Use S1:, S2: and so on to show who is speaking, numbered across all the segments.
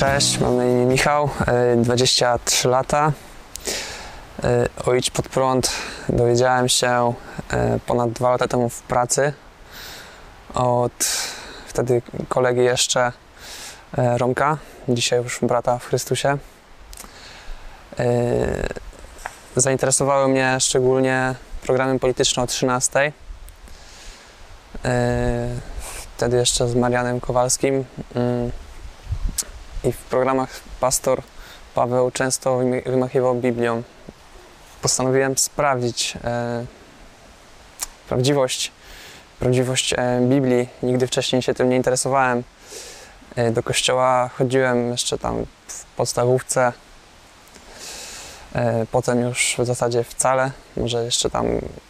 S1: Cześć, mam na imię Michał, 23 lata. O Idź Pod Prąd dowiedziałem się ponad 2 lata temu w pracy od wtedy kolegi jeszcze Romka, dzisiaj już brata w Chrystusie. Zainteresowały mnie szczególnie programy polityczne o 13. Wtedy jeszcze z Marianem Kowalskim. I w programach pastor Paweł często wymachiwał Biblią. Postanowiłem sprawdzić prawdziwość Biblii. Nigdy wcześniej się tym nie interesowałem. Do kościoła chodziłem jeszcze tam w podstawówce. Potem już w zasadzie wcale. Może jeszcze tam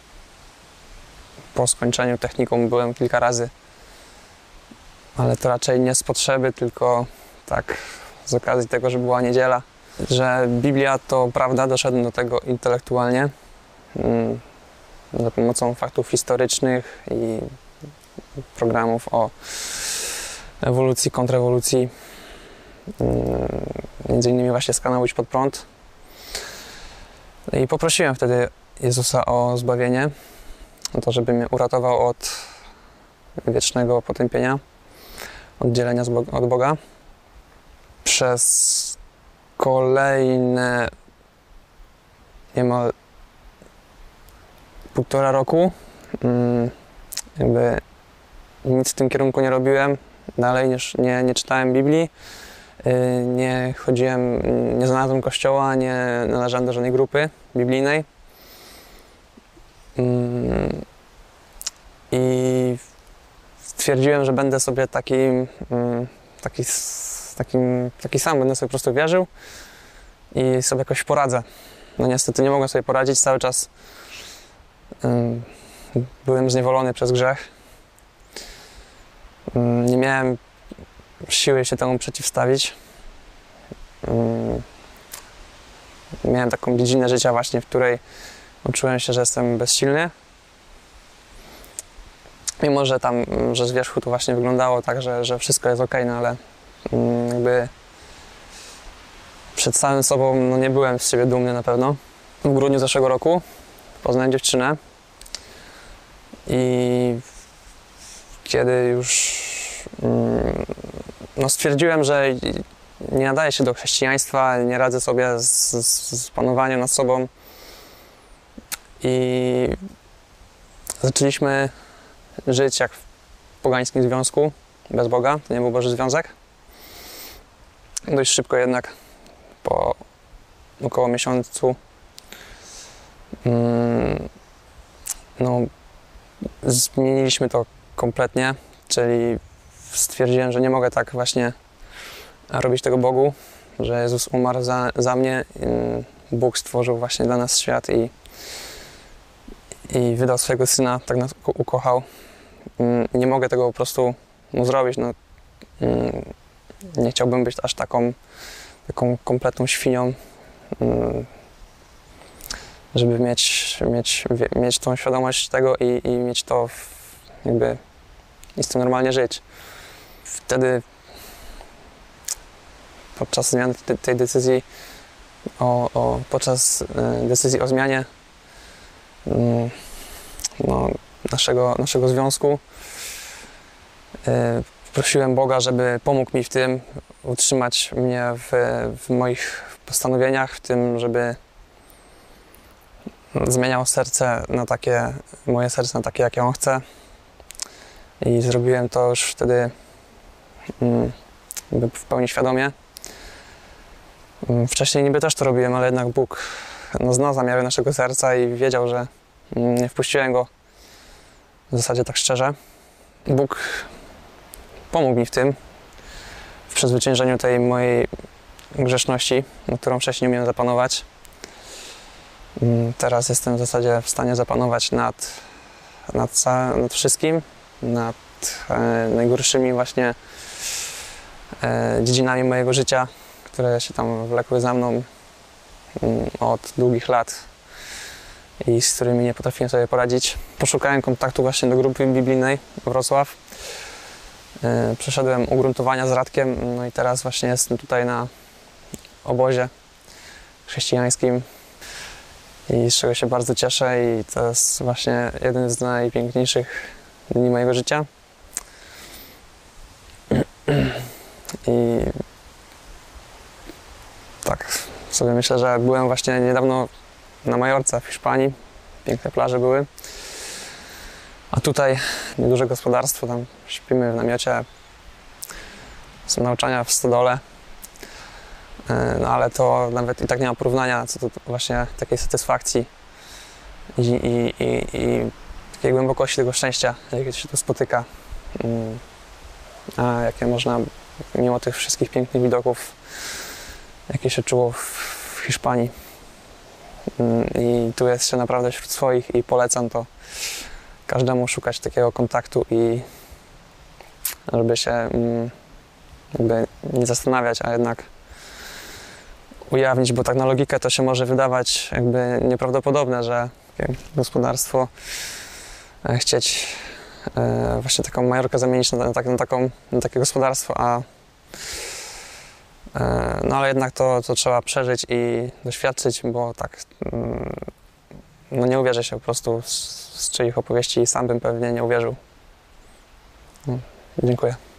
S1: po skończeniu technikum byłem kilka razy. Ale to raczej nie z potrzeby, tylko tak z okazji tego, że była niedziela. Że Biblia to prawda, doszedłem do tego intelektualnie. Za pomocą faktów historycznych i programów o ewolucji, kontrrewolucji. Między innymi właśnie z kanału Idź Pod Prąd. I poprosiłem wtedy Jezusa o zbawienie, o to, żeby mnie uratował od wiecznego potępienia, oddzielenia od Boga. Przez kolejne niemal 1,5 roku jakby nic w tym kierunku nie robiłem. Dalej nie czytałem Biblii, nie chodziłem, nie znalazłem kościoła, nie należałem do żadnej grupy biblijnej. I stwierdziłem, że będę sobie taki sam, będę sobie po prostu wierzył i sobie jakoś poradzę. No niestety nie mogłem sobie poradzić, cały czas byłem zniewolony przez grzech. Nie miałem siły się temu przeciwstawić. Miałem taką dziedzinę życia właśnie, w której uczyłem się, że jestem bezsilny. Mimo, że z wierzchu to właśnie wyglądało tak, że wszystko jest okej, no ale jakby przed samym sobą nie byłem z siebie dumny na pewno. W grudniu zeszłego roku poznałem dziewczynę i kiedy już stwierdziłem, że nie nadaję się do chrześcijaństwa, nie radzę sobie z panowaniem nad sobą i zaczęliśmy żyć jak w pogańskim związku, bez Boga. To nie był Boży związek. Dość szybko jednak, po około miesiącu, zmieniliśmy to kompletnie, czyli stwierdziłem, że nie mogę tak właśnie robić tego Bogu, że Jezus umarł za mnie, Bóg stworzył właśnie dla nas świat i wydał swojego Syna, tak nas ukochał. Nie mogę tego po prostu zrobić. Nie chciałbym być aż taką kompletną świnią, żeby mieć tą świadomość tego i mieć to jakby i z tym normalnie żyć. Wtedy podczas zmiany tej decyzji, podczas decyzji o zmianie naszego związku, prosiłem Boga, żeby pomógł mi w tym, utrzymać mnie w moich postanowieniach, w tym, żeby zmieniał moje serce na takie, jakie On chce. I zrobiłem to już wtedy w pełni świadomie. Wcześniej niby też to robiłem, ale jednak Bóg zna zamiary naszego serca i wiedział, że nie wpuściłem Go w zasadzie tak szczerze. Bóg pomógł mi w tym, w przezwyciężeniu tej mojej grzeszności, na którą wcześniej nie umiałem zapanować. Teraz jestem w zasadzie w stanie zapanować nad wszystkim, nad najgorszymi właśnie dziedzinami mojego życia, które się tam wlekły za mną od długich lat i z którymi nie potrafiłem sobie poradzić. Poszukałem kontaktu właśnie do grupy biblijnej Wrocław Przeszedłem ugruntowania z Radkiem, no i teraz właśnie jestem tutaj na obozie chrześcijańskim i z czego się bardzo cieszę i to jest właśnie jeden z najpiękniejszych dni mojego życia. I tak sobie myślę, że byłem właśnie niedawno na Majorce w Hiszpanii, piękne plaże były, a tutaj nieduże gospodarstwo, tam śpimy w namiocie, są nauczania w stodole, no ale to nawet i tak nie ma porównania co do właśnie takiej satysfakcji i takiej głębokości tego szczęścia, jakie się tu spotyka, a jakie można mimo tych wszystkich pięknych widoków, jakie się czuło w Hiszpanii. I tu jest się naprawdę wśród swoich i polecam to każdemu szukać takiego kontaktu i żeby się jakby nie zastanawiać, a jednak ujawnić, bo tak na logikę to się może wydawać jakby nieprawdopodobne, że takie gospodarstwo chcieć właśnie taką Majorkę zamienić na takie gospodarstwo, no ale jednak to trzeba przeżyć i doświadczyć, bo tak no nie uwierzę się po prostu z czyich opowieści i sam bym pewnie nie uwierzył. No, dziękuję.